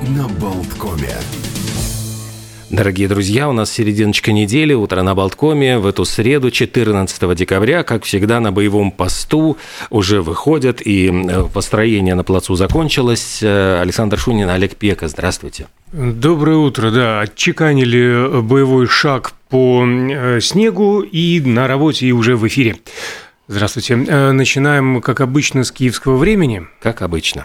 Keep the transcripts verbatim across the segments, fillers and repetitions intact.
на Болткоме. Дорогие друзья, у нас серединочка недели, утро на Болткоме. В эту среду, четырнадцатого декабря, как всегда, на боевом посту уже выходят, и построение на плацу закончилось. Александр Шунин, Олег Пека, здравствуйте. Доброе утро, да. Отчеканили боевой шаг по снегу и на работе, и уже в эфире. Здравствуйте. Начинаем, как обычно, с киевского времени. Как обычно.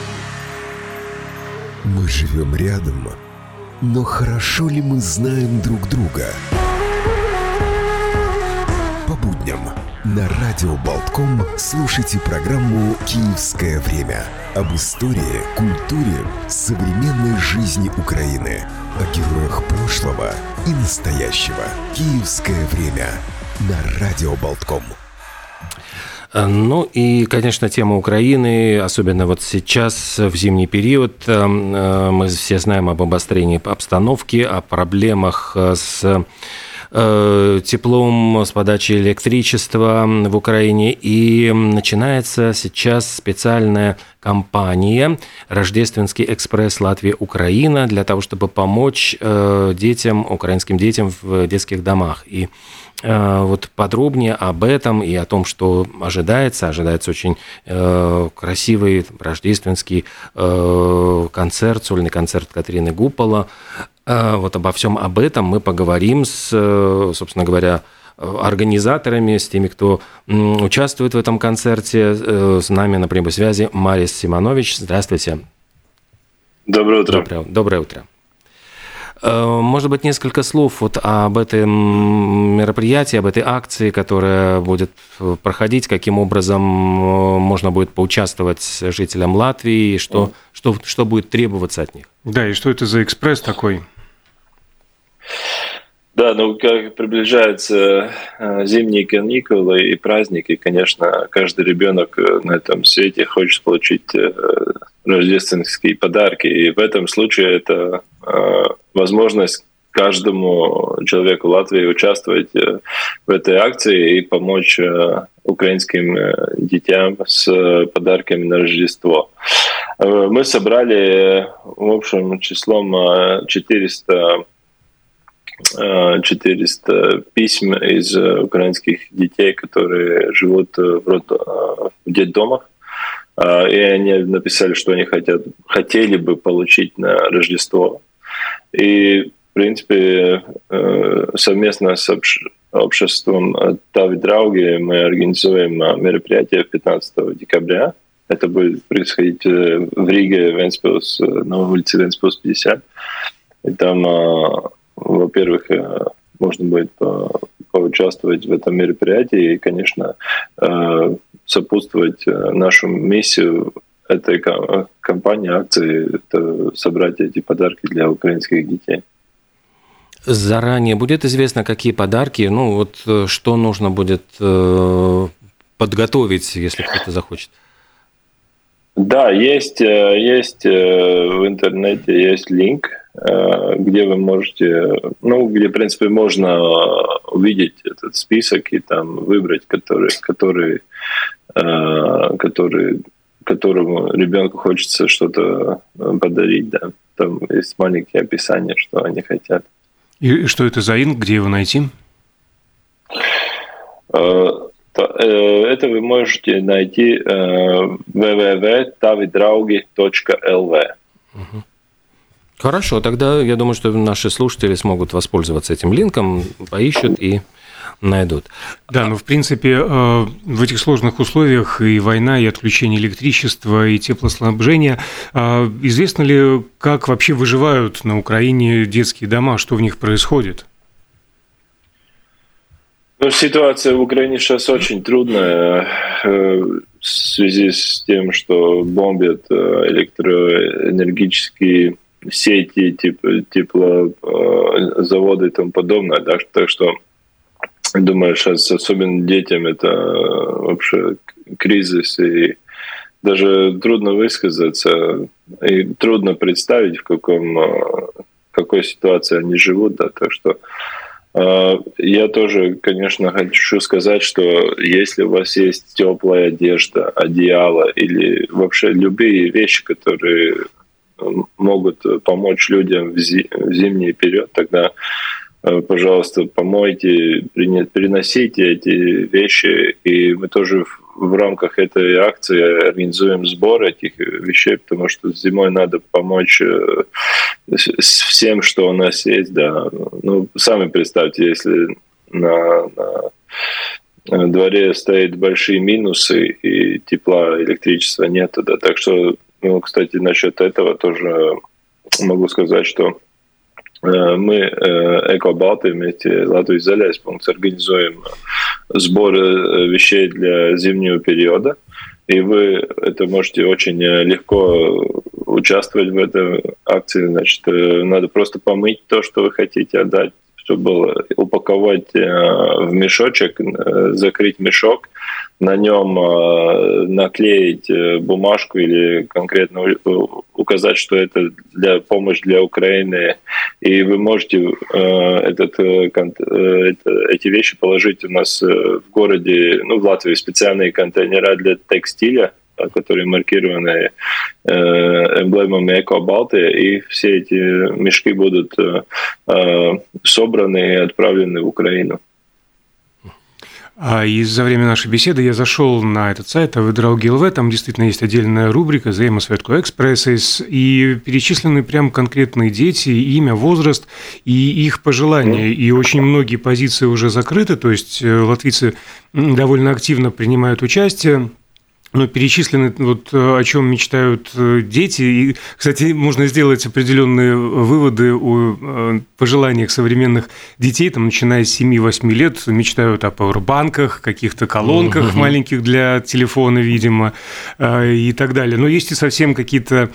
Мы живем рядом, но хорошо ли мы знаем друг друга? По будням на радио Болтком слушайте программу «Киевское время» об истории, культуре, современной жизни Украины, о героях прошлого и настоящего. «Киевское время» на радио Болтком. Ну и, конечно, тема Украины, особенно вот сейчас, в зимний период, мы все знаем об обострении обстановки, о проблемах с теплом, с подачей электричества в Украине. И начинается сейчас специальная кампания «Рождественский экспресс Латвия-Украина» для того, чтобы помочь детям, украинским детям в детских домах. И вот подробнее об этом и о том, что ожидается. Ожидается очень красивый рождественский концерт, сольный концерт Катрины Гупала. Вот обо всем об этом мы поговорим с, собственно говоря, организаторами, с теми, кто участвует в этом концерте. С нами на прямой связи Марис Симонович. Здравствуйте. Доброе утро. Доброе, доброе утро. Может быть, несколько слов вот об этом мероприятии, об этой акции, которая будет проходить, каким образом можно будет поучаствовать жителям Латвии, что, что, что будет требоваться от них. Да, и что это за экспресс такой? Да, ну, как приближаются зимние каникулы и праздники, конечно, каждый ребенок на этом свете хочет получить рождественские подарки. И в этом случае это возможность каждому человеку Латвии участвовать в этой акции и помочь украинским детям с подарками на Рождество. Мы собрали в общем числом четыреста писем из украинских детей, которые живут в детдомах. И они написали, что они хотят, хотели бы получить на Рождество. И, в принципе, совместно с обществом «Тави Драуги» мы организуем мероприятие пятнадцатого декабря. Это будет происходить в Риге, Венспилс, на улице Венспилс пятьдесят. И там, во-первых, можно будет поучаствовать в этом мероприятии и, конечно, сопутствовать нашу миссию этой кампании, акции, это собрать эти подарки для украинских детей. Заранее будет известно, какие подарки, ну вот что нужно будет подготовить, если кто-то захочет? Да, есть, есть в интернете есть линк, где вы можете, ну, где, в принципе, можно увидеть этот список и там выбрать, который, который, который, которому ребенку хочется что-то подарить, да. Там есть маленькие описания, что они хотят. И что это за линк, где его найти? Это вы можете найти дабл ю дабл ю дабл ю точка тави драуги точка эл ви. Хорошо, тогда я думаю, что наши слушатели смогут воспользоваться этим линком, поищут и найдут. Да, ну, в принципе, в этих сложных условиях и война, и отключение электричества, и теплоснабжения, известно ли, как вообще выживают на Украине детские дома, что в них происходит? Ну, ситуация в Украине сейчас очень трудная в связи с тем, что бомбят электроэнергетические сети, типа теплозаводы и тому подобное. Так, так что, думаю, сейчас особенно детям это вообще кризис, и даже трудно высказаться, и трудно представить, в каком, в какой ситуации они живут. Да, так что я тоже, конечно, хочу сказать, что если у вас есть теплая одежда, одеяло или вообще любые вещи, которые могут помочь людям в зимний период, тогда, пожалуйста, помойте, переносите эти вещи. И мы тоже в рамках этой акции организуем сбор этих вещей, потому что зимой надо помочь всем, что у нас есть. Да. Ну, сами представьте, если на, на дворе стоят большие минусы и тепла, электричества нету. Да. Так что, ну, кстати, насчет этого тоже могу сказать, что мы, Эко Балтия, вместе с Латвийс Zaļais punkts организуем сбор вещей для зимнего периода. И вы это можете очень легко участвовать в этой акции. Значит, надо просто помыть то, что вы хотите отдать, чтобы было, упаковать в мешочек, закрыть мешок, на нем наклеить бумажку или конкретно указать, что это для помощи для Украины, и вы можете этот, эти вещи положить у нас в городе, ну, в Латвии, специальные контейнера для текстиля, которые маркированы эмблемами Эко Балтия, и все эти мешки будут собраны и отправлены в Украину. А и за время нашей беседы я зашел на этот сайт эй ви Draugi точка эл ви, там действительно есть отдельная рубрика «Ziemassvētku экспрессис», и перечислены прям конкретные дети, имя, возраст и их пожелания. И очень многие позиции уже закрыты, то есть латвийцы довольно активно принимают участие. Но перечислены, вот, о чем мечтают дети. И, кстати, можно сделать определенные выводы о пожеланиях современных детей, там, начиная с семи-восьми лет, мечтают о пауэрбанках, каких-то колонках mm-hmm. маленьких для телефона, видимо, и так далее. Но есть и совсем какие-то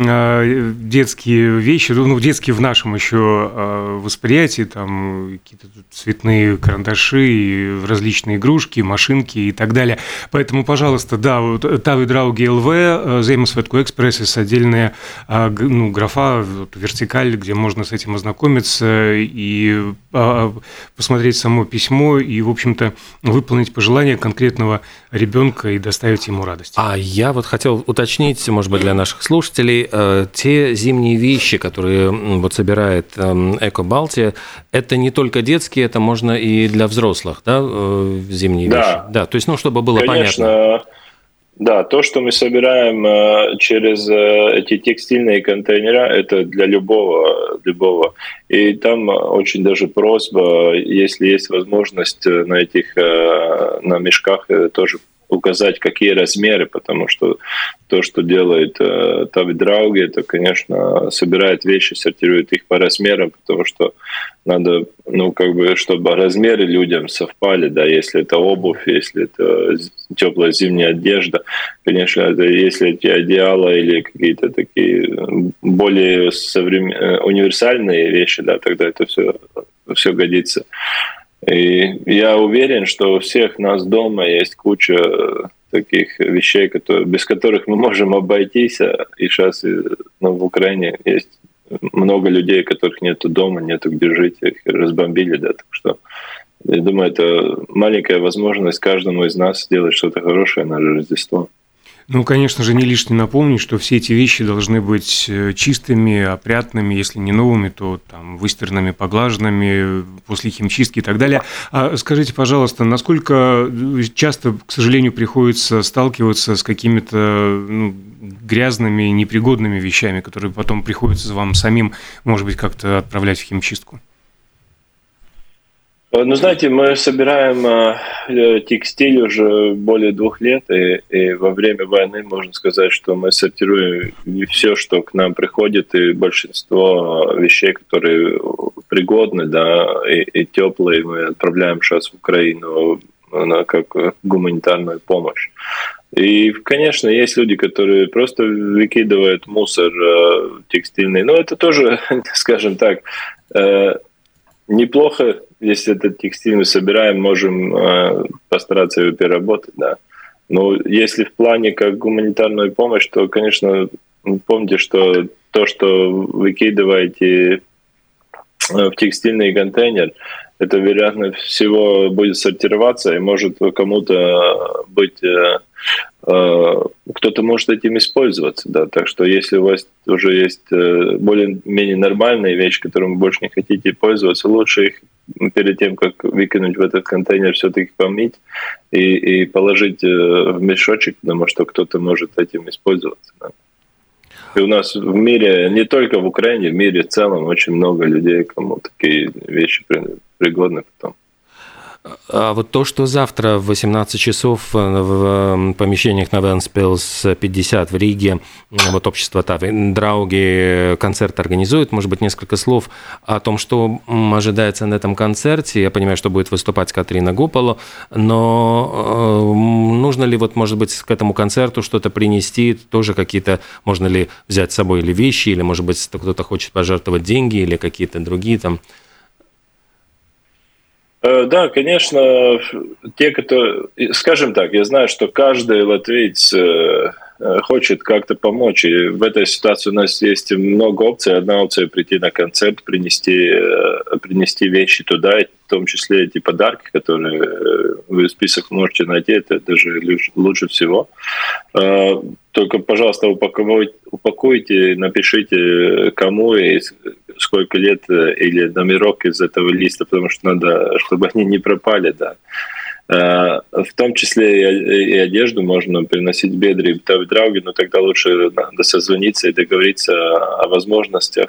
детские вещи, ну, детские в нашем еще восприятии, там, какие-то цветные карандаши, различные игрушки, машинки и так далее. Поэтому, пожалуйста, да, вот эй ви Draugi точка эл ви, Ziemassvētku экспрессис, отдельная, ну, графа, вот, вертикаль, где можно с этим ознакомиться и посмотреть само письмо и, в общем-то, выполнить пожелания конкретного ребенка и доставить ему радость. А я вот хотел уточнить, может быть, для наших слушателей, те зимние вещи, которые вот собирает Эко Балтия, это не только детские, это можно и для взрослых, да, зимние да. вещи? Да, то есть, ну, чтобы было Конечно. понятно. Да, то, что мы собираем через эти текстильные контейнера, это для любого, любого. И там очень даже просьба, если есть возможность на этих, на мешках тоже указать, какие размеры, потому что то, что делает эй ви Draugi, это, конечно, собирает вещи, сортирует их по размерам, потому что надо, ну, как бы, чтобы размеры людям совпали, да, если это обувь, если это теплая зимняя одежда, конечно, это, если эти одеяла или какие-то такие более современные, универсальные вещи, да, тогда это все, все годится. И я уверен, что у всех нас дома есть куча таких вещей, которые, без которых мы можем обойтись. И сейчас, ну, в Украине есть много людей, которых нету дома, нету где жить, их разбомбили, да, так что я думаю, это маленькая возможность каждому из нас сделать что-то хорошее на Рождество. Ну, конечно же, не лишне напомнить, что все эти вещи должны быть чистыми, опрятными, если не новыми, то там выстиранными, поглаженными после химчистки и так далее. А скажите, пожалуйста, насколько часто, к сожалению, приходится сталкиваться с какими-то, ну, грязными, непригодными вещами, которые потом приходится вам самим, может быть, как-то отправлять в химчистку? Ну, знаете, мы собираем э, текстиль уже более двух лет, и, и во время войны можно сказать, что мы сортируем все, что к нам приходит, и большинство вещей, которые пригодны, да, и, и теплые, мы отправляем сейчас в Украину на, как гуманитарную помощь. И, конечно, есть люди, которые просто выкидывают мусор э, текстильный, но это тоже, скажем так, э, неплохо. Если этот текстиль мы собираем, можем э, постараться его переработать, да. Но если в плане как гуманитарную помощь, то, конечно, помните, что то, что выкидываете в текстильный контейнер, это, вероятно всего, будет сортироваться, и может кому-то быть... Кто-то может этим использоваться, да. Так что если у вас уже есть более-менее нормальные вещи, которыми вы больше не хотите пользоваться, лучше их перед тем, как выкинуть в этот контейнер, все-таки помыть и, и положить в мешочек, потому что кто-то может этим использоваться. Да. И у нас в мире, не только в Украине, в мире в целом очень много людей, кому такие вещи пригодны потом. А вот то, что завтра в восемнадцать часов в помещениях на Венспилс пятьдесят в Риге вот общество Тави Драуги концерт организует, может быть, несколько слов о том, что ожидается на этом концерте. Я понимаю, что будет выступать Катрина Гупало, но нужно ли, вот, может быть, к этому концерту что-то принести, тоже какие-то, можно ли взять с собой или вещи, или, может быть, кто-то хочет пожертвовать деньги, или какие-то другие там... Да, конечно, те, кто, скажем так, я знаю, что каждый латвиец хочет как-то помочь, и в этой ситуации у нас есть много опций. Одна опция — прийти на концерт, принести, принести вещи туда, в том числе эти подарки, которые вы в список можете найти, это даже лучше всего. Только, пожалуйста, упаковывайте, упакуйте, напишите, кому и сколько лет, или номерок из этого листа, потому что надо, чтобы они не пропали, да. В том числе и одежду можно приносить в Бедри и Тави Драуги, но тогда лучше надо созвониться и договориться о возможностях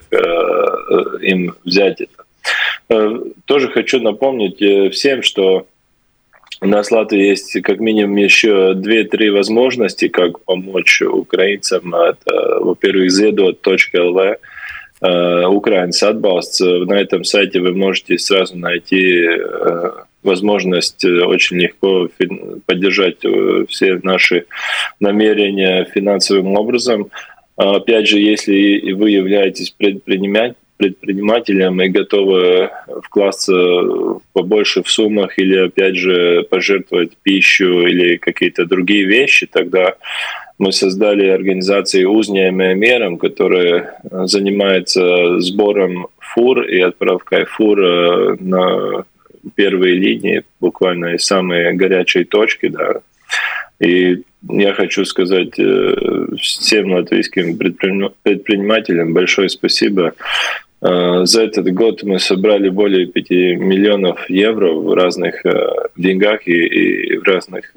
им взять это. Тоже хочу напомнить всем, что у нас в Латвии есть как минимум еще две-три возможности, как помочь украинцам. Это, во-первых, ziedot точка эл ви, Украинец Atbalsts. На этом сайте вы можете сразу найти возможность очень легко поддержать все наши намерения финансовым образом. Опять же, если вы являетесь предпринимателем, предпринимателям и готовы вкладываться побольше в суммах или, опять же, пожертвовать пищу или какие-то другие вещи, тогда мы создали организацию «Узняемая мерам», которая занимается сбором фур и отправкой фур на первые линии, буквально из самой горячей точки, да. И я хочу сказать всем латвийским предпринимателям большое спасибо. За этот год мы собрали более пяти миллионов евро в разных деньгах и, и в разных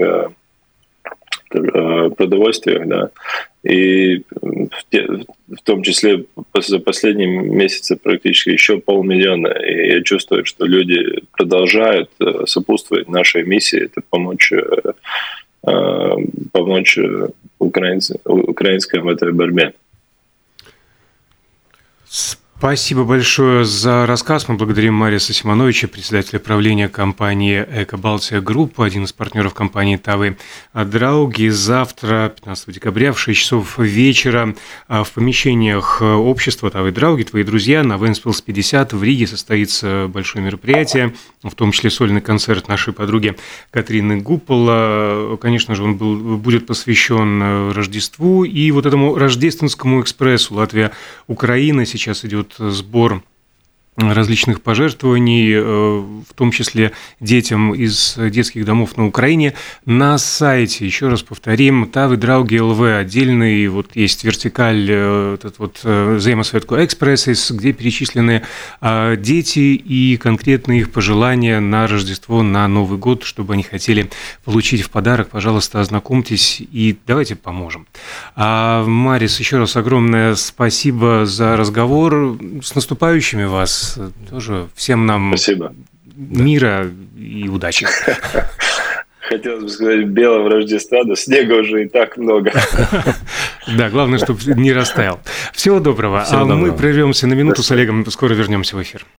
продовольствиях, да. И в, те, в том числе за последние месяцы практически еще полмиллиона. И я чувствую, что люди продолжают сопутствовать нашей миссии, это помочь, помочь украинцам, украинским в этой борьбе. Спасибо большое за рассказ. Мы благодарим Мариса Симоновича, председателя правления компании «Эко-Балтия Групп», один из партнеров компании Тави Драуги. Завтра, пятнадцатого декабря, в шесть часов вечера в помещениях общества Тави Драуги «Твои друзья» на Венспилс пятьдесят в Риге состоится большое мероприятие, в том числе сольный концерт нашей подруги Катрины Гупало. Конечно же, он был, будет посвящен Рождеству и вот этому рождественскому экспрессу Латвия-Украина. Сейчас идет сбор различных пожертвований, в том числе детям из детских домов на Украине. На сайте, еще раз повторим, Тави Драуги эл ви, отдельный, вот есть вертикаль, этот вот Ziemassvētku экспрессис, где перечислены дети и конкретные их пожелания на Рождество, на Новый год, чтобы они хотели получить в подарок. Пожалуйста, ознакомьтесь и давайте поможем. А, Марис, еще раз огромное спасибо за разговор. С наступающими вас. Тоже всем нам Спасибо. Мира и удачи. Хотелось бы сказать, белого Рождества, но снега уже и так много. Да, главное, чтобы не растаял. Всего доброго. А мы прервемся на минуту с Олегом, скоро вернемся в эфир.